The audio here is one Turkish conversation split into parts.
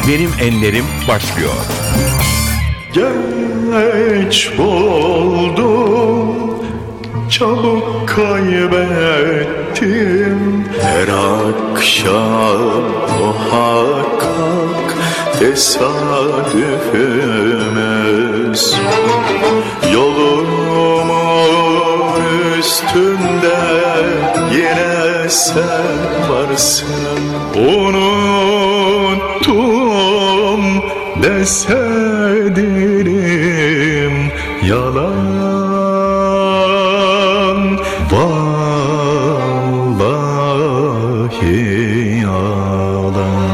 Benim Enlerim başlıyor. Geç buldum, çabuk kaybettim. Her akşam muhakkak tesadüfümüz. Yolumun üstünde yine sen varsın. Unuttum deseydim yalan, vallahi yalan.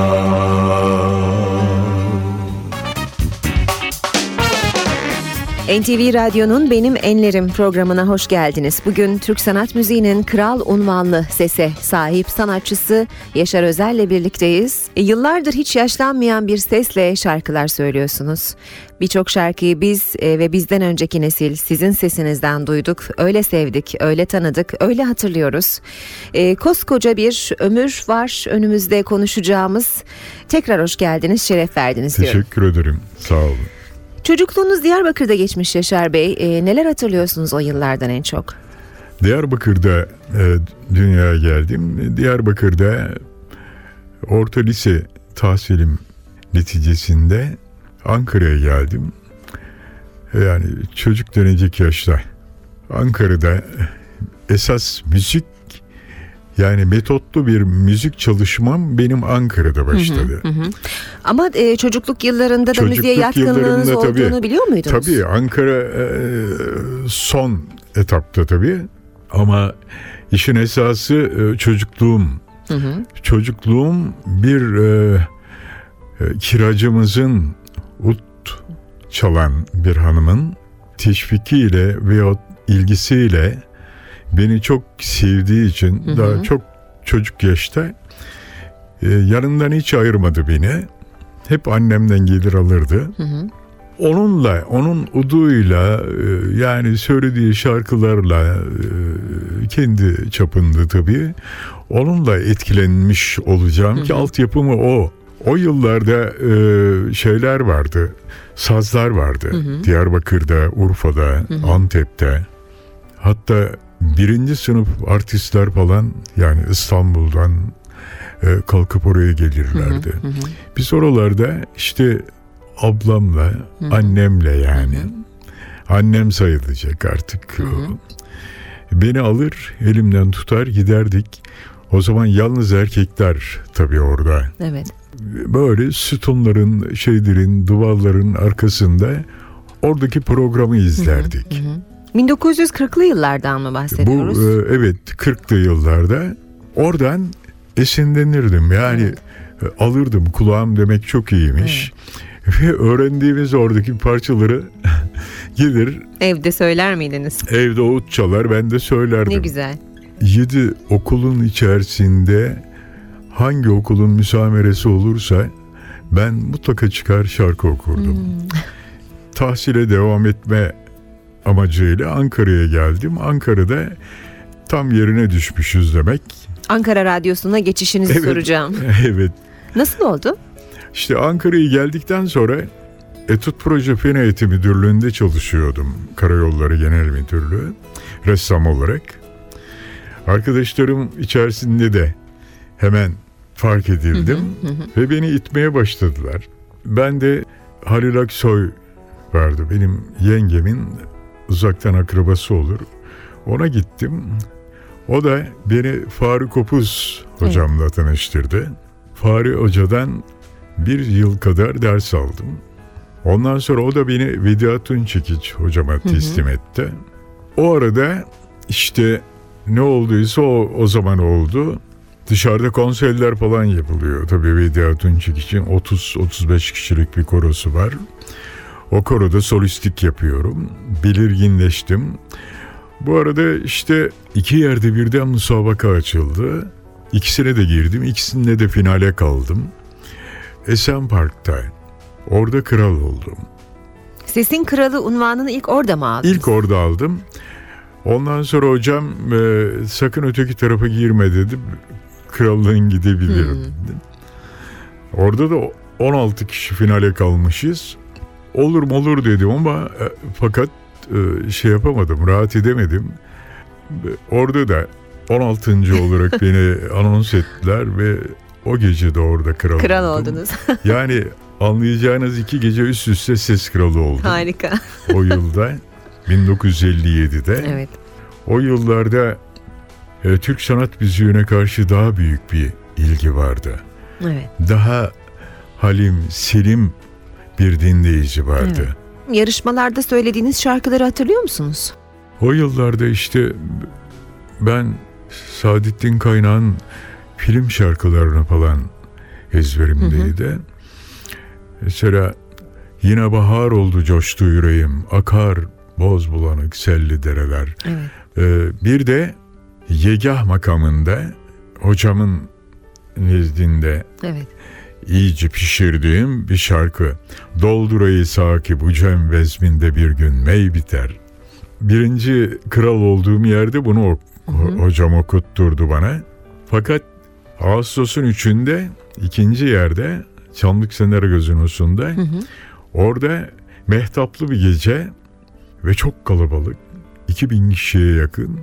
NTV Radyo'nun Benim Enlerim programına hoş geldiniz. Bugün Türk sanat müziğinin kral unvanlı sese sahip sanatçısı Yaşar Özel'le birlikteyiz. Yıllardır hiç yaşlanmayan bir sesle şarkılar söylüyorsunuz. Birçok şarkıyı biz ve bizden önceki nesil sizin sesinizden duyduk. Öyle sevdik, öyle tanıdık, öyle hatırlıyoruz. Koskoca bir ömür var önümüzde konuşacağımız. Tekrar hoş geldiniz, şeref verdiniz diyorum. Teşekkür ederim, sağ olun. Çocukluğunuz Diyarbakır'da geçmiş Yaşar Bey. Neler hatırlıyorsunuz o yıllardan en çok? Diyarbakır'da dünyaya geldim. Diyarbakır'da orta lise tahsilim neticesinde Ankara'ya geldim. Yani çocuk denecek yaşta. Ankara'da esas müzik, yani metotlu bir müzik çalışmam benim Ankara'da başladı. Hı hı. Ama çocukluk yıllarında da müziğe yatkınlığınız olduğunu biliyor muydunuz? Tabii Ankara son etapta tabii. Ama işin esası çocukluğum. Hı hı. Çocukluğum bir kiracımızın ut çalan bir hanımın teşvikiyle veya ilgisiyle beni çok sevdiği için, hı hı, daha çok çocuk yaşta yanından hiç ayırmadı beni. Hep annemden gelir alırdı. Hı hı. Onunla, onun uduyla, yani söylediği şarkılarla, kendi çapında tabii, onunla etkilenmiş olacağım, hı hı, ki altyapımı o. O yıllarda şeyler vardı, sazlar vardı. Hı hı. Diyarbakır'da, Urfa'da, hı hı, Antep'te. Hatta birinci sınıf artistler falan, yani İstanbul'dan kalkıp oraya gelirlerdi. Hı hı hı. Biz oralarda işte ablamla, hı hı, annemle, yani hı hı, annem sayılacak artık, hı hı, beni alır elimden tutar giderdik. O zaman yalnız erkekler tabii orada. Evet. Böyle sütunların, duvarların arkasında oradaki programı izlerdik. Hı hı hı. 1940'lı yıllardan mı bahsediyoruz? Evet, 40'lı yıllarda. Oradan esinlenirdim. Yani alırdım, kulağım demek çok iyiymiş. Evet. Ve öğrendiğimiz oradaki parçaları gelir. Evde söyler miydiniz? Evde ut çalar, ben de söylerdim. Ne güzel. 7 okulun içerisinde hangi okulun müsameresi olursa ben mutlaka çıkar şarkı okurdum. Tahsile devam etme amacıyla Ankara'ya geldim. Ankara'da tam yerine düşmüşüz demek. Ankara Radyosu'na geçişinizi soracağım. Evet. Nasıl oldu? İşte Ankara'ya geldikten sonra Etüt Proje Fen Eğitim Müdürlüğü'nde çalışıyordum. Karayolları Genel Müdürlüğü, ressam olarak. Arkadaşlarım içerisinde de hemen fark edildim, hı hı hı, ve beni itmeye başladılar. Ben de Halil Aksoy vardı, benim yengemin uzaktan akrabası olur. Ona gittim. O da beni Fahri Kopuz hocamla, evet, tanıştırdı. Fahri Hoca'dan 1 yıl kadar ders aldım. Ondan sonra o da beni Vediha Tunçekiç hocama teslim etti. O arada işte ne olduysa o zaman oldu. Dışarıda konserler falan yapılıyor. Tabii Vediha Tunçekiç'in 30-35 kişilik bir korosu var. O koroda solistlik yapıyorum. Belirginleştim. Bu arada işte 2 yerde birden müsabaka açıldı. İkisine de girdim. İkisinde de finale kaldım. Esen Park'ta. Orada kral oldum. Sesin kralı unvanını ilk orada mı aldınız? İlk orada aldım. Ondan sonra hocam sakın öteki tarafa girme dedi. Krallığın gidebilirim dedi. Orada da 16 kişi finale kalmışız. Olur mu olur dedim ama fakat şey yapamadım, rahat edemedim. Orada da 16. olarak beni anons ettiler ve o gece de orada kral oldum. oldunuz. Yani anlayacağınız 2 gece üst üste ses kralı oldum. Harika. O yılda 1957'de. Evet. O yıllarda Türk sanat müziğine karşı daha büyük bir ilgi vardı. Evet. Daha halim, selim bir dinleyici vardı. Evet. Yarışmalarda söylediğiniz şarkıları hatırlıyor musunuz? O yıllarda işte ben Saadettin Kaynağ'ın film şarkılarını falan ezberimdeydi. Mesela yine bahar oldu coştu yüreğim, akar boz bulanık selli dereler. Evet. Bir de Yegah makamında hocamın nezdinde Evet. iyice pişirdiğim bir şarkı. Doldurayı saki bu cem vezminde bir gün mey biter. Birinci kral olduğum yerde bunu hocam okutturdu bana. Fakat Ağustos'un 3'ünde ikinci yerde Çamlık Gazinosu'nda orada mehtaplı bir gece ve çok kalabalık, 2000 kişiye yakın,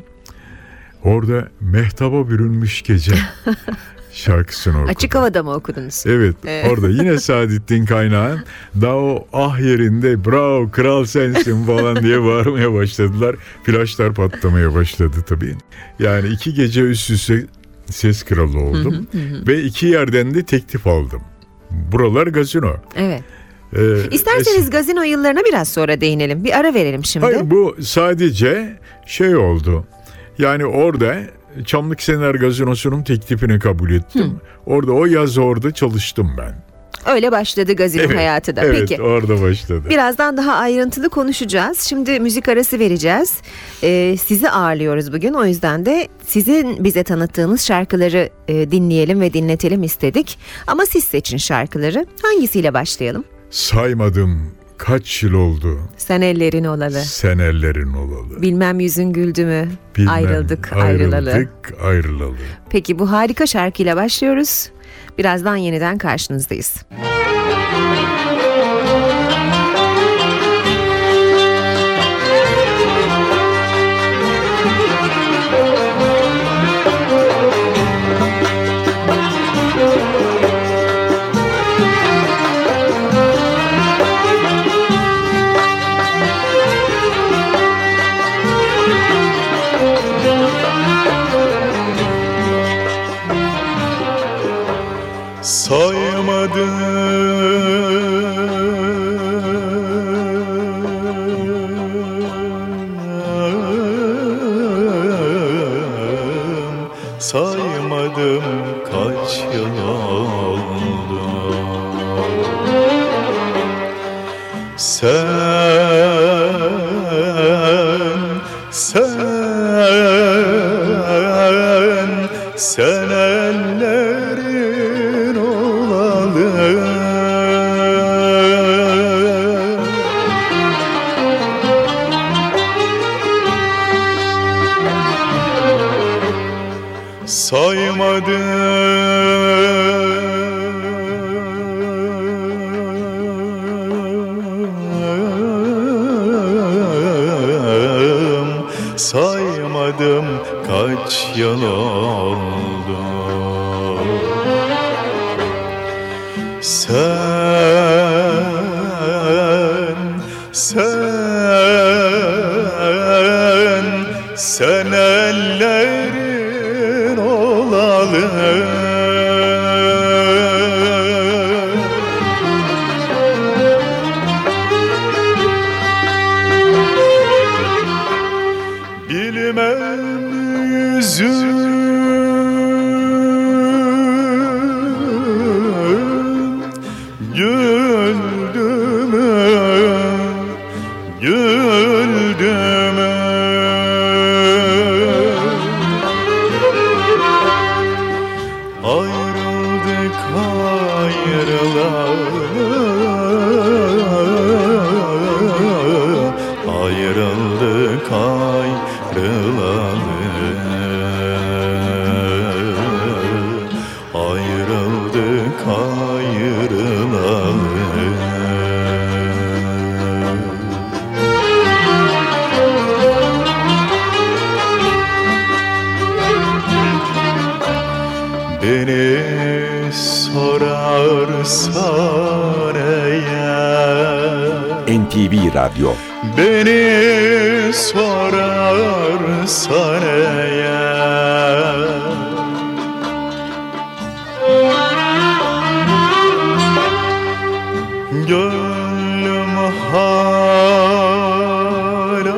orada mehtaba bürünmüş gece şarkısını okudum. Açık havada mı okudunuz? Evet, orada yine Saadettin Kaynağ'ın daha o yerinde bravo kral sensin falan diye bağırmaya başladılar. Flaşlar patlamaya başladı tabii. Yani 2 gece üst üste ses kralı oldum. Ve 2 yerden de teklif aldım. Buralar gazino. Evet. İsterseniz gazino yıllarına biraz sonra değinelim. Bir ara verelim şimdi. Hayır, bu sadece şey oldu. Yani orada Çamlık Gazinosu'nun teklifini kabul ettim. Orada o yaz orada çalıştım ben. Öyle başladı gazino hayatı da. Evet, Peki. Orada başladı. Birazdan daha ayrıntılı konuşacağız. Şimdi müzik arası vereceğiz. Sizi ağırlıyoruz bugün. O yüzden de sizin bize tanıttığınız şarkıları dinleyelim ve dinletelim istedik. Ama siz seçin şarkıları. Hangisiyle başlayalım? Saymadım kaç yıl oldu. Sen ellerin olalı. Sen ellerin olalı. Bilmem yüzün güldü mü? Bilmem, Ayrıldık ayrılalı. Peki bu harika şarkıyla başlıyoruz. Birazdan yeniden karşınızdayız. Saymadım kaç yıl oldu. Sen ellerin olalı. Saymadım kaç yıl oldu. Sen ellerin olalı. Bilmem yüzün güldü mü? Ayrıldık ayrılalı. Radyo. Beni sorarsan eğer, gönlüm hala,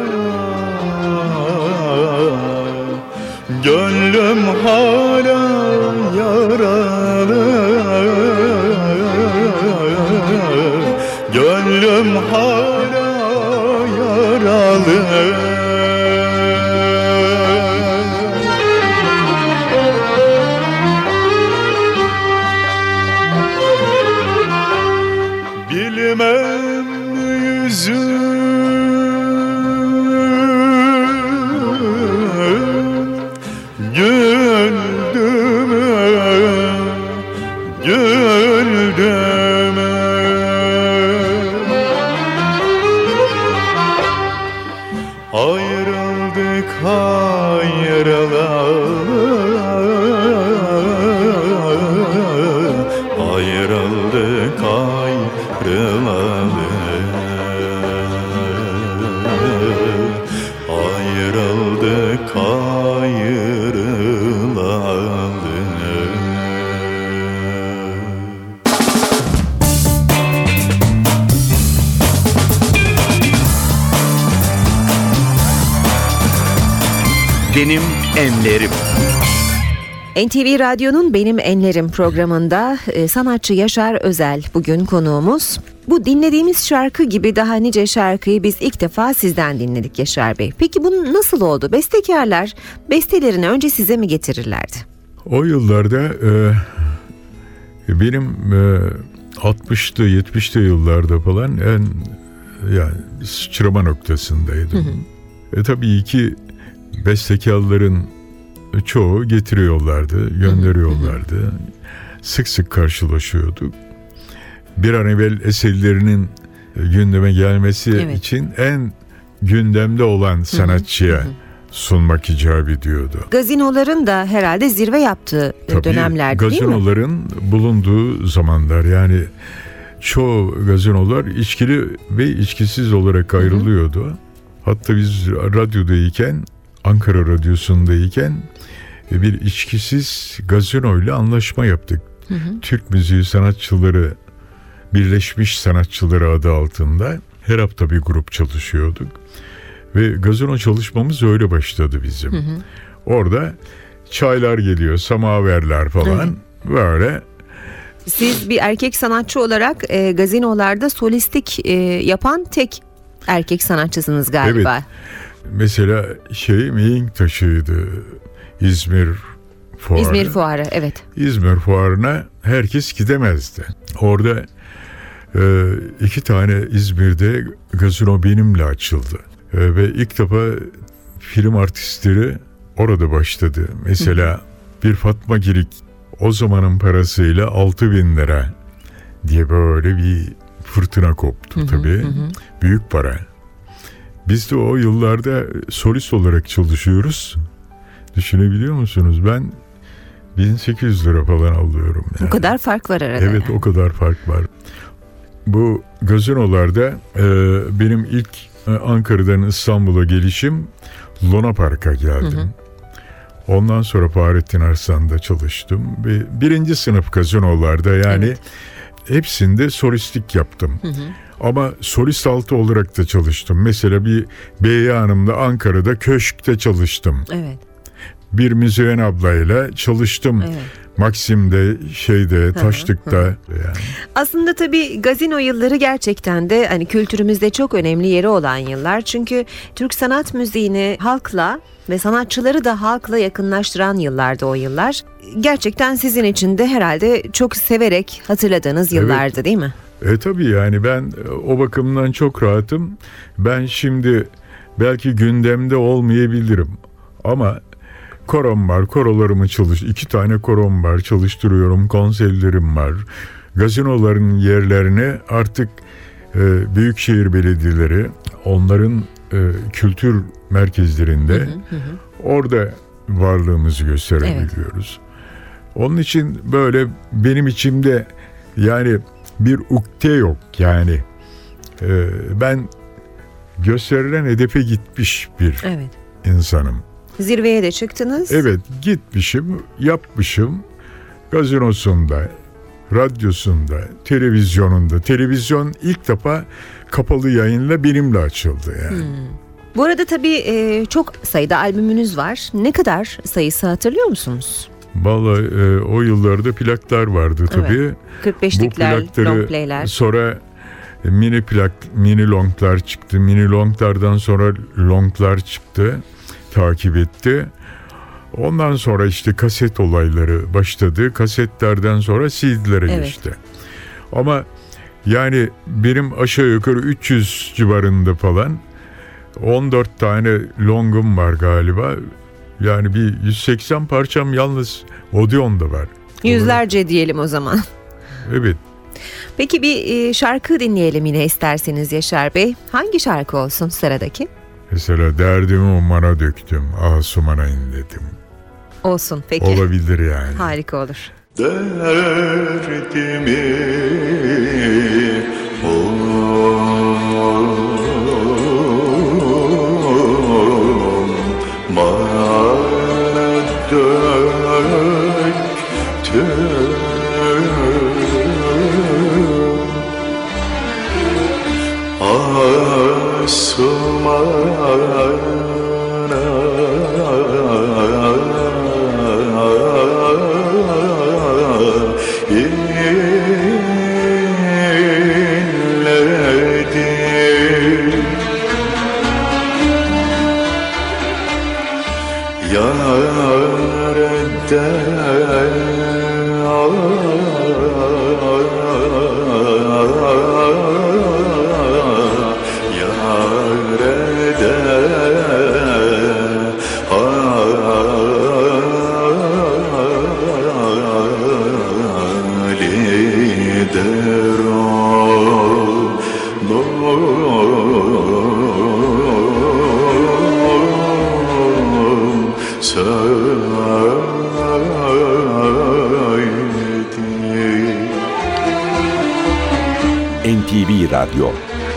gönlüm hala yaralı, gönlüm hala yaralı. Bilmem yüzüm güldü mü, güldü mü? Ayrıldık ayrılalı, ayrıldık ayrılalı, ayrıldık ayrılalı. Benim enlerim. NTV Radyo'nun Benim Enlerim programında sanatçı Yaşar Özel bugün konuğumuz. Bu dinlediğimiz şarkı gibi daha nice şarkıyı biz ilk defa sizden dinledik Yaşar Bey. Peki bu nasıl oldu? Bestekarlar bestelerini önce size mi getirirlerdi? O yıllarda benim 60'lı 70'li yıllarda falan yani sıçrama noktasındaydım. Tabii ki bestekarların çoğu getiriyorlardı, gönderiyorlardı. Sık sık karşılaşıyorduk. Bir an evvel eserlerinin gündeme gelmesi için en gündemde olan sanatçıya sunmak icap ediyordu. Gazinoların da herhalde zirve yaptığı dönemlerdi değil mi? Gazinoların bulunduğu zamanlar, yani çoğu gazinolar içkili ve içkisiz olarak ayrılıyordu. Hatta biz radyodayken, Ankara Radyosu'ndayken bir içkisiz gazinoyla anlaşma yaptık. Türk müziği sanatçıları, Birleşmiş Sanatçıları adı altında her hafta bir grup çalışıyorduk. Ve gazino çalışmamız öyle başladı bizim. Orada çaylar geliyor, semaverler falan böyle. Siz bir erkek sanatçı olarak gazinolarda solistlik yapan tek erkek sanatçısınız galiba. Evet. Mesela mihenk taşıydı İzmir Fuarı. İzmir Fuarı, evet. İzmir Fuarı'na herkes gidemezdi. Orada 2 tane İzmir'de gazino benimle açıldı. Ve ilk defa film artistleri orada başladı. Mesela bir Fatma Girik o zamanın parasıyla 6.000 lira diye böyle bir fırtına koptu tabii. Büyük para. Biz de o yıllarda solist olarak çalışıyoruz. Düşünebiliyor musunuz? Ben 1800 lira falan alıyorum. Yani. O kadar fark var arada. Evet, o kadar fark var. Bu gazinolarda benim ilk Ankara'dan İstanbul'a gelişim Luna Park'a geldim. Ondan sonra Fahrettin Arslan'da çalıştım. Ve 1. sınıf gazinolarda, yani hepsinde solistlik yaptım. Ama solist altı olarak da çalıştım. Mesela bir Beyya Hanım'da Ankara'da köşkte çalıştım. Evet. Bir Müzeyyen ablayla çalıştım. Evet. Maksim'de, Taşlık'ta. Yani. Aslında tabii gazino yılları gerçekten de hani kültürümüzde çok önemli yeri olan yıllar. Çünkü Türk sanat müziğini halkla ve sanatçıları da halkla yakınlaştıran yıllardı o yıllar. Gerçekten sizin için de herhalde çok severek hatırladığınız yıllardı, değil mi? Tabii, yani ben o bakımdan çok rahatım. Ben şimdi belki gündemde olmayabilirim ama korom var, korolarımı 2 tane korom var, çalıştırıyorum, konserlerim var. Gazinoların yerlerini artık büyükşehir belediyeleri, onların kültür merkezlerinde orada varlığımızı gösterebiliyoruz. Onun için böyle benim içimde yani bir ukde yok, yani ben gösterilen hedefe gitmiş bir Evet. insanım. Zirveye de çıktınız. Evet, gitmişim, yapmışım. Gazinosunda, radyosunda, televizyonunda. Televizyon ilk defa kapalı yayınla benimle açıldı yani. Bu arada tabii çok sayıda albümünüz var. Ne kadar sayısı hatırlıyor musunuz? Vallahi o yıllarda plaklar vardı tabii. 45'likler, long play'ler. Sonra mini plak, mini longlar çıktı. Mini longlardan sonra longlar çıktı. Takip etti. Ondan sonra işte kaset olayları başladı. Kasetlerden sonra CD'lere geçti. Ama yani benim aşağı yukarı 300 civarında falan 14 tane longum var galiba. Yani bir 180 parçam yalnız Odeon'da var. Yüzlerce diyelim o zaman. Evet. Peki bir şarkı dinleyelim yine isterseniz Yaşar Bey. Hangi şarkı olsun sıradaki? Mesela derdimi umana döktüm, asumana inledim. Olsun peki. Olabilir yani. Harika olur. Derdimi NTV Radyo.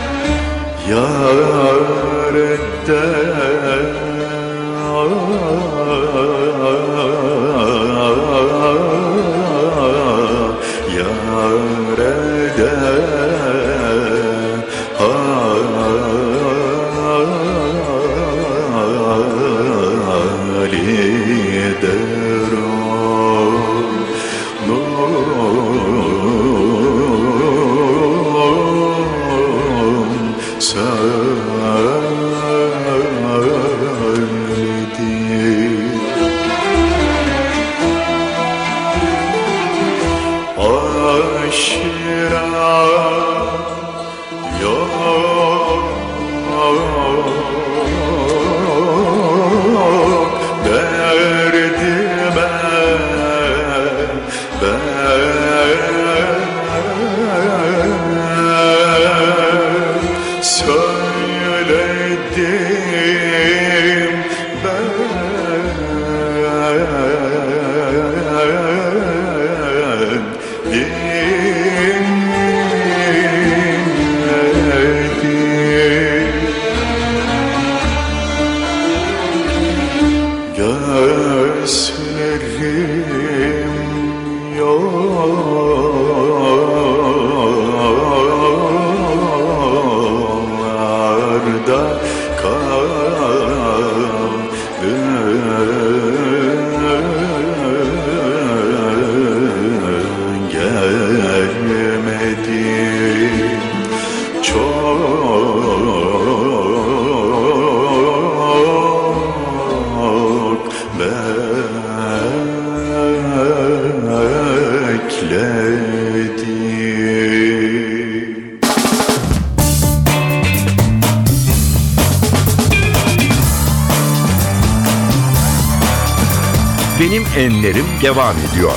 Benim Enlerim devam ediyor.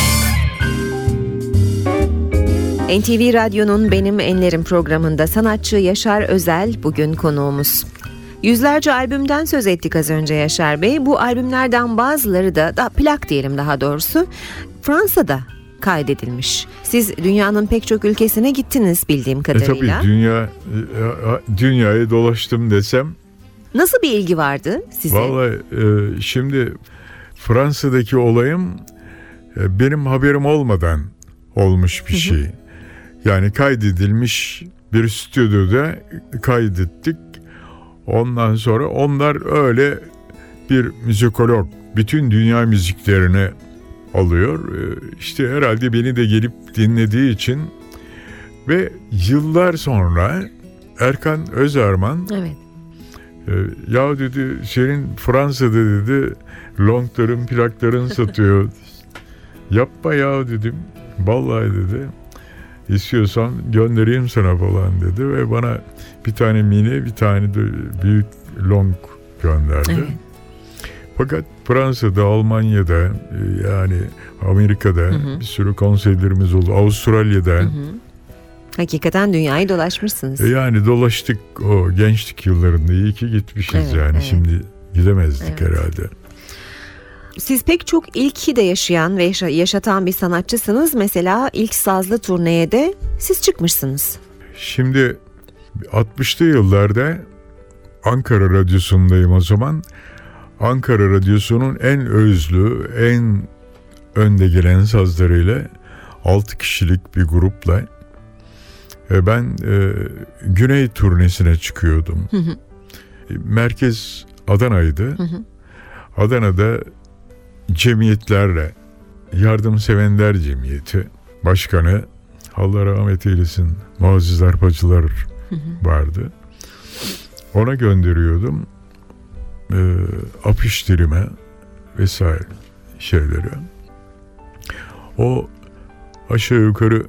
NTV Radyo'nun Benim Enlerim programında sanatçı Yaşar Özel bugün konuğumuz. Yüzlerce albümden söz ettik az önce Yaşar Bey. Bu albümlerden bazıları da plak diyelim daha doğrusu, Fransa'da kaydedilmiş. Siz dünyanın pek çok ülkesine gittiniz bildiğim kadarıyla. Tabii dünyayı dolaştım desem. Nasıl bir ilgi vardı size? Vallahi şimdi Fransa'daki olayım benim haberim olmadan olmuş bir şey. Yani kaydedilmiş bir stüdyoda kaydettik. Ondan sonra onlar öyle bir müzikolog bütün dünya müziklerini alıyor. İşte herhalde beni de gelip dinlediği için ve yıllar sonra Erkan Özarman ya dedi senin Fransa'da dedi longların plakların satıyor. Yapma ya dedim. Vallahi dedi. İstiyorsan göndereyim sana falan dedi ve bana bir tane mini bir tane de büyük long gönderdi. Evet. Fakat Fransa'da, Almanya'da yani Amerika'da bir sürü konserlerimiz oldu. Avustralya'da. Hakikaten dünyayı dolaşmışsınız. Yani dolaştık o gençlik yıllarında. İyi ki gitmişiz Şimdi gidemezdik herhalde. Siz pek çok ilki de yaşayan ve yaşatan bir sanatçısınız. Mesela ilk sazlı turneye de siz çıkmışsınız. Şimdi 60'lı yıllarda Ankara Radyosu'ndayım o zaman. Ankara Radyosu'nun en özlü, en önde gelen sazlarıyla 6 kişilik bir grupla ben Güney turnesine çıkıyordum. Merkez Adana'ydı. Adana'da cemiyetlerle Yardımsevenler Cemiyeti Başkanı Allah rahmet eylesin Muazzez Arpacılar vardı. Ona gönderiyordum afişlerime vesaire şeyleri. O aşağı yukarı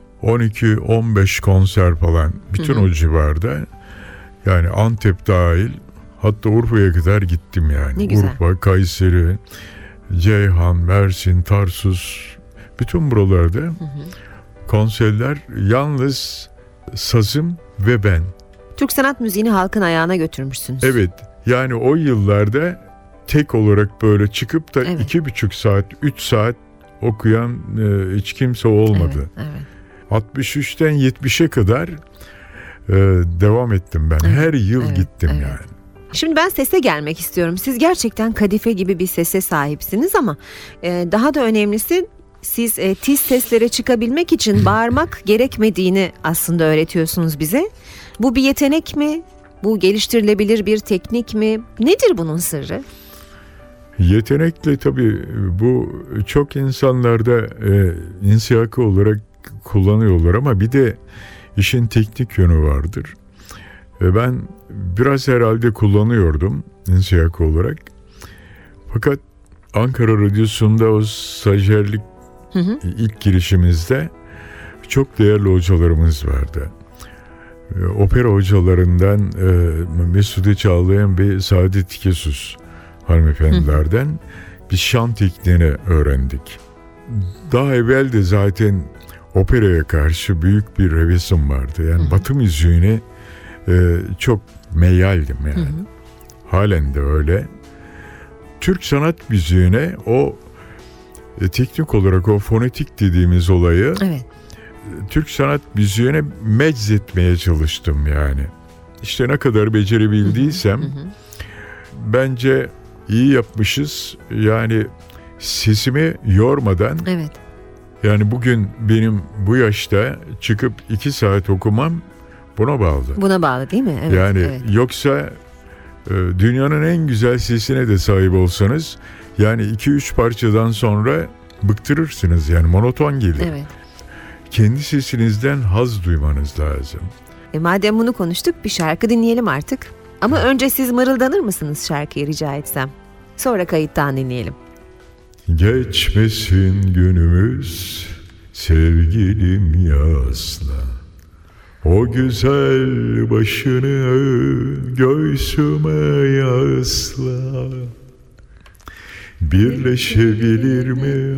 12-15 konser falan bütün o civarda yani Antep dahil hatta Urfa'ya kadar gittim yani. Urfa, Kayseri, Ceyhan, Mersin, Tarsus bütün buralarda konserler yalnız sazım ve ben. Türk sanat müziğini halkın ayağına götürmüşsünüz. Evet yani o yıllarda tek olarak böyle çıkıp da 2,5 saat 3 saat okuyan hiç kimse olmadı. Evet. 63'ten 70'e kadar devam ettim ben. Her yıl gittim yani. Şimdi ben sese gelmek istiyorum. Siz gerçekten kadife gibi bir sese sahipsiniz ama daha da önemlisi siz tiz seslere çıkabilmek için bağırmak gerekmediğini aslında öğretiyorsunuz bize. Bu bir yetenek mi? Bu geliştirilebilir bir teknik mi? Nedir bunun sırrı? Yetenekle tabii bu çok insanlarda insiyakı olarak kullanıyorlar ama bir de işin teknik yönü vardır. Ben biraz herhalde kullanıyordum insiyakı olarak. Fakat Ankara Radyosu'nda o stajyerlik ilk girişimizde çok değerli hocalarımız vardı. Opera hocalarından Mesude Çağlayan ve Saadet Kesus hanımefendilerden bir şan tekniğini öğrendik. Daha evvel de zaten operaya karşı büyük bir hevesim vardı. Yani Batı müziğine çok meyyaldim yani. Halen de öyle. Türk sanat müziğine o teknik olarak o fonetik dediğimiz olayı Türk sanat müziğine meczetmeye çalıştım yani. İşte ne kadar becerebildiysem bence iyi yapmışız. Yani sesimi yormadan yani bugün benim bu yaşta çıkıp 2 saat okumam buna bağlı. Buna bağlı değil mi? Evet, yani yoksa dünyanın en güzel sesine de sahip olsanız yani 2-3 parçadan sonra bıktırırsınız yani monoton gelir. Evet. Kendi sesinizden haz duymanız lazım. Madem bunu konuştuk bir şarkı dinleyelim artık. Ama önce siz mırıldanır mısınız şarkıyı rica etsem? Sonra kayıttan dinleyelim. Geçmesin günümüz sevgilim yasla. O güzel başını göğsüme yasla. Birleşebilir mi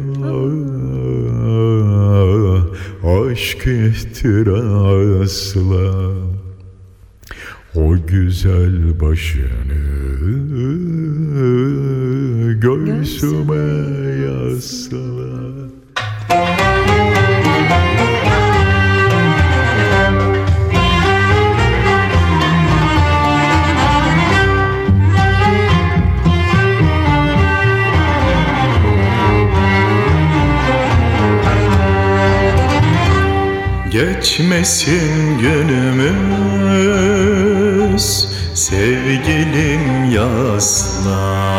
aşk ihtirasla? O güzel başını göğsüme yasla. Geçmesin günümüz sevgilim yasla.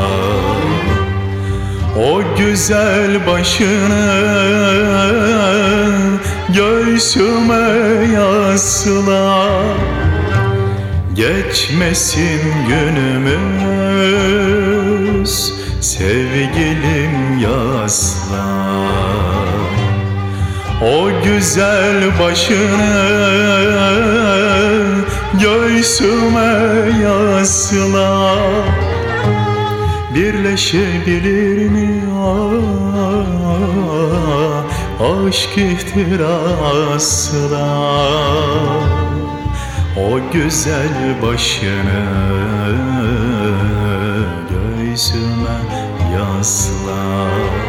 O güzel başını göğsüme yasla. Geçmesin günümüz sevgilim yasla. O güzel başını göğsüme yasla. Birleşebilir mi aşk ihtirasla? O güzel başını göğsüme yasla.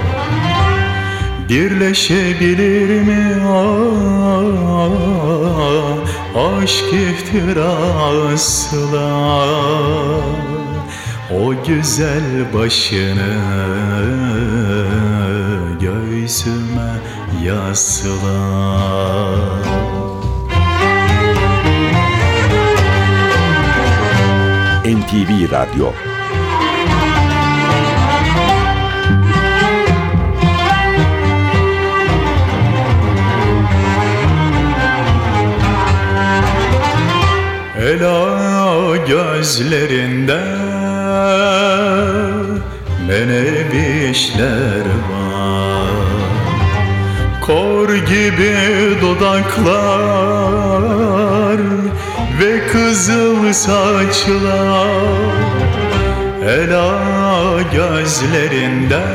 Birleşebilir mi aşk ihtirasla? O güzel başını göğsüme yasla. NTV Radyo. Ela gözlerinde menevişler var. Kor gibi dudaklar ve kızıl saçlar. Ela gözlerinde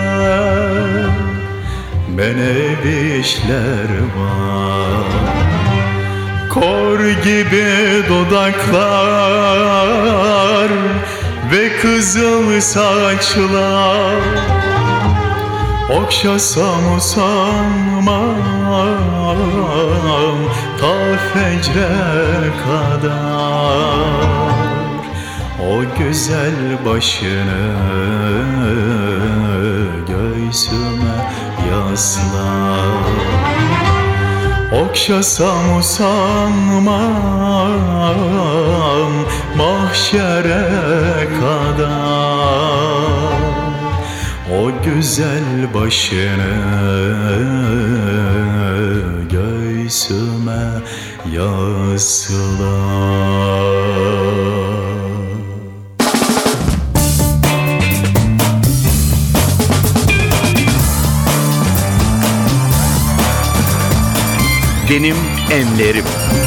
menevişler var. Kor gibi dudaklar ve kızıl saçlar. Okşasam usanmam ta fecre kadar. O güzel başını göğsüme yasla. Okşasam usanmam mahşere kadar. O güzel başını göğsüme yasla. Benim Enlerim.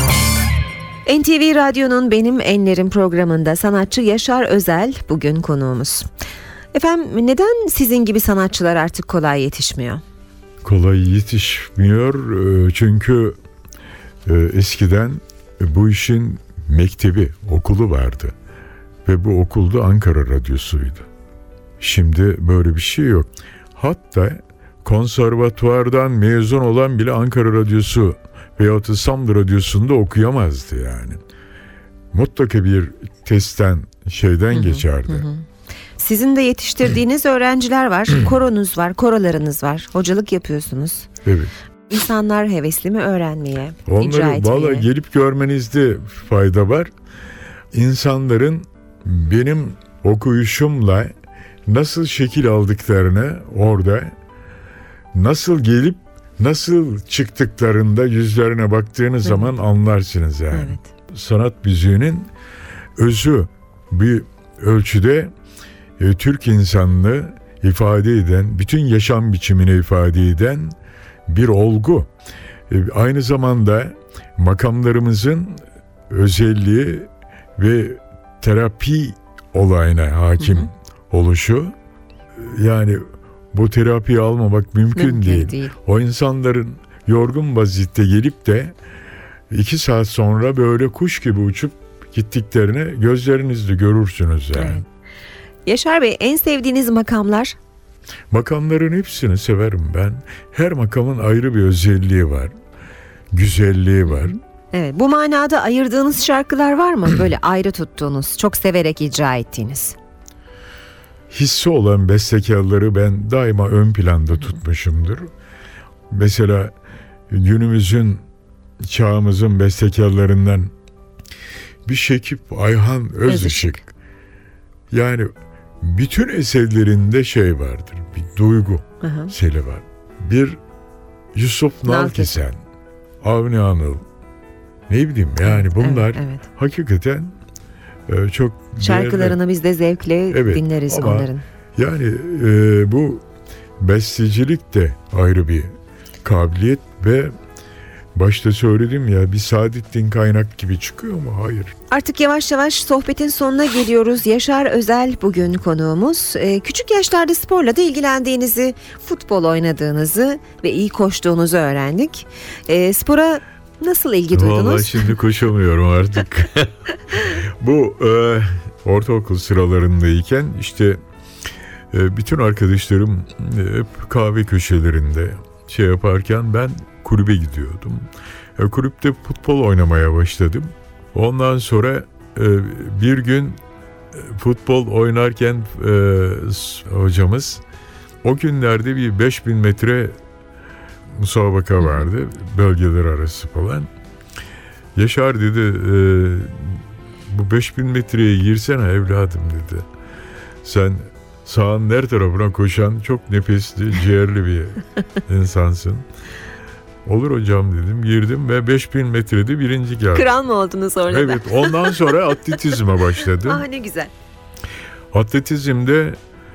NTV Radyo'nun Benim Enlerim programında sanatçı Yaşar Özel bugün konuğumuz. Efendim, neden sizin gibi sanatçılar artık kolay yetişmiyor? Kolay yetişmiyor çünkü eskiden bu işin mektebi, okulu vardı. Ve bu okulda Ankara Radyosu'ydu. Şimdi böyle bir şey yok. Hatta konservatuvardan mezun olan bile Ankara Radyosu veyahut da Samsun Radyosu'nda okuyamazdı yani. Mutlaka bir testten geçerdi. Sizin de yetiştirdiğiniz öğrenciler var, koronuz var, korolarınız var, hocalık yapıyorsunuz. Evet. İnsanlar hevesli mi öğrenmeye, icra Onları etmeye? valla gelip görmenizde fayda var. İnsanların benim okuyuşumla nasıl şekil aldıklarını orada, nasıl gelip nasıl çıktıklarında yüzlerine baktığınız zaman anlarsınız yani. Evet. Sanat müziğinin özü bir ölçüde Türk insanlığı ifade eden, bütün yaşam biçimini ifade eden bir olgu. Aynı zamanda makamlarımızın özelliği ve terapi olayına hakim oluşu. Yani bu terapiyi almamak mümkün değil. O insanların yorgun vaziyette gelip de 2 saat sonra böyle kuş gibi uçup gittiklerini gözlerinizle görürsünüz yani. Evet. Yaşar Bey, en sevdiğiniz makamlar? Makamların hepsini severim ben. Her makamın ayrı bir özelliği var. Güzelliği var. Evet, bu manada ayırdığınız şarkılar var mı? Böyle ayrı tuttuğunuz, çok severek icra ettiğiniz. Hissi olan bestekarları ben daima ön planda tutmuşumdur. Mesela günümüzün çağımızın bestekarlarından bir Şekip Ayhan Özışık. Yani bütün eserlerinde şey vardır. Bir duygu seli var. Bir Yusuf Nalkesen, Avni Anıl, ne bileyim yani bunlar hakikaten çok şarkılarını değerli. biz de zevkle dinleriz ama onların. Yani bu bestecilik de ayrı bir kabiliyet ve başta söyledim ya, bir Saadettin Kaynak gibi çıkıyor mu? Hayır. Artık yavaş yavaş sohbetin sonuna geliyoruz. Yaşar Özel bugün konuğumuz. Küçük yaşlarda sporla da ilgilendiğinizi, futbol oynadığınızı ve iyi koştuğunuzu öğrendik. Spora nasıl ilgi duydunuz? Vallahi şimdi koşamıyorum artık. Bu ortaokul sıralarındayken işte bütün arkadaşlarım hep kahve köşelerinde şey yaparken ben kulübe gidiyordum. Kulüpte futbol oynamaya başladım. Ondan sonra bir gün futbol oynarken hocamız, o günlerde bir 5000 metre musabaka vardı. Bölgeler arası falan. Yaşar dedi, bu 5000 metreye girsene evladım dedi. Sen sahanın her tarafına koşan çok nefesli, ciğerli bir insansın. Olur hocam dedim. Girdim ve 5000 metrede birinci geldim. Kral mı oldunuz orada? Evet. Ondan sonra atletizme başladım. Ne güzel. Atletizmde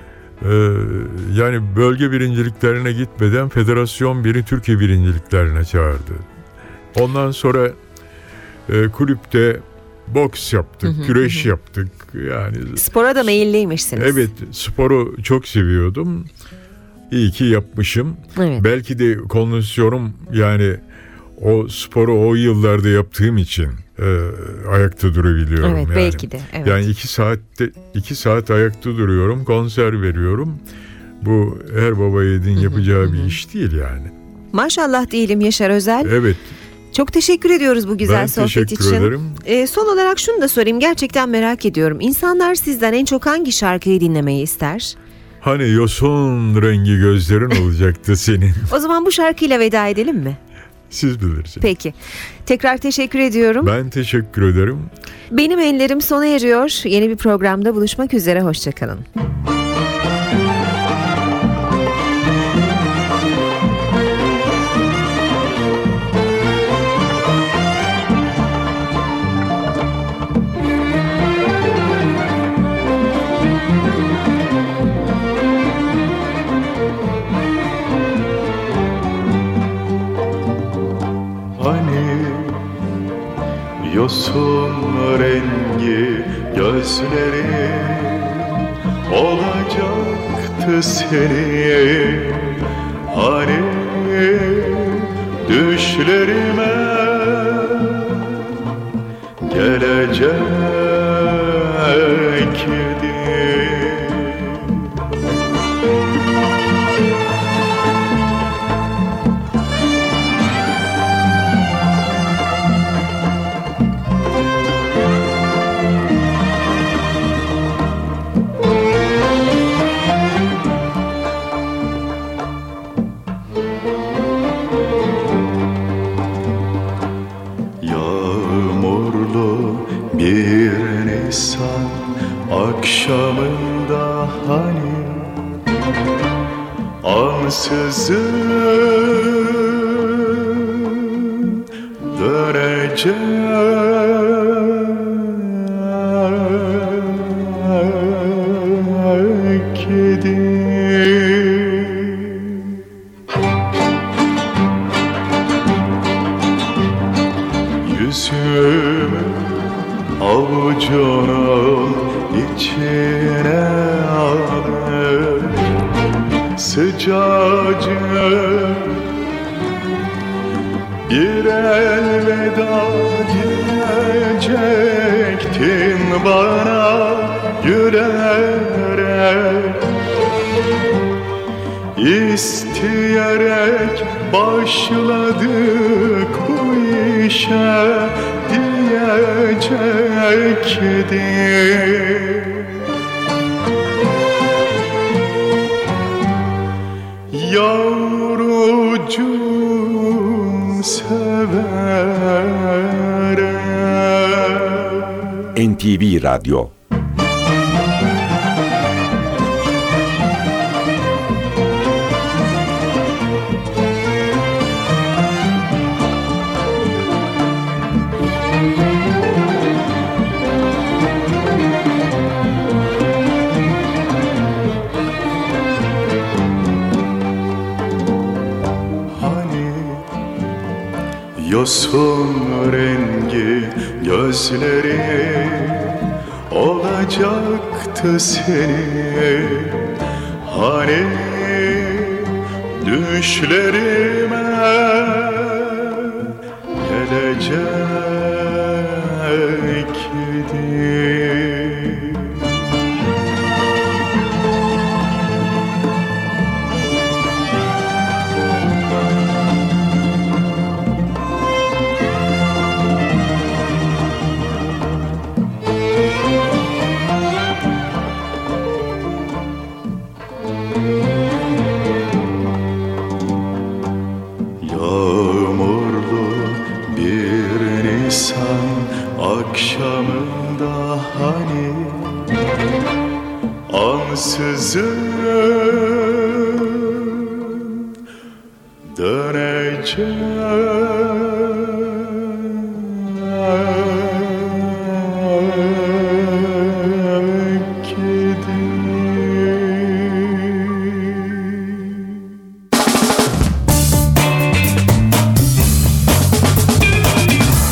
yani bölge birinciliklerine gitmeden federasyon beni Türkiye birinciliklerine çağırdı. Ondan sonra kulüpte boks yaptık, güreş yaptık. Yani spora da meyilliymişsiniz. Evet, sporu çok seviyordum. İyi ki yapmışım. Evet. Belki de kondisyonum, yani o sporu o yıllarda yaptığım için ayakta durabiliyorum. Evet, yani. Belki de. Evet. Yani 2 saat ayakta duruyorum, konser veriyorum. Bu her baba yiğidin yapacağı bir iş değil yani. Maşallah diyelim Yaşar Özel. Evet. Çok teşekkür ediyoruz bu güzel sohbet için. Ben teşekkür ederim. Son olarak şunu da sorayım. Gerçekten merak ediyorum. İnsanlar sizden en çok hangi şarkıyı dinlemeyi ister? Hani yosun rengi gözlerin olacaktı senin. O zaman bu şarkıyla veda edelim mi? Siz bilirsiniz. Peki. Tekrar teşekkür ediyorum. Ben teşekkür ederim. Benim enlerim sona eriyor. Yeni bir programda buluşmak üzere. Hoşçakalın. Yosun rengi gözleri olacaktı senin. Hani düşlerime gelecek idi. Bir Nisan akşamında hani ansızın dönecek idi. Yüzümü avucunun içine alır, sıcacık bir elveda diyecektin bana gülerek. İsteyerek başladık bu işe diyecekti. Yavrucuğum severek. NTV Radyo. Yosun rengi gözleri olacaktı senin. Hani düşlerime gelecekti. Akşamında hani ansızın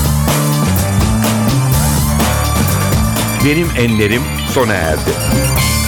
Benim Enlerim sona erdi.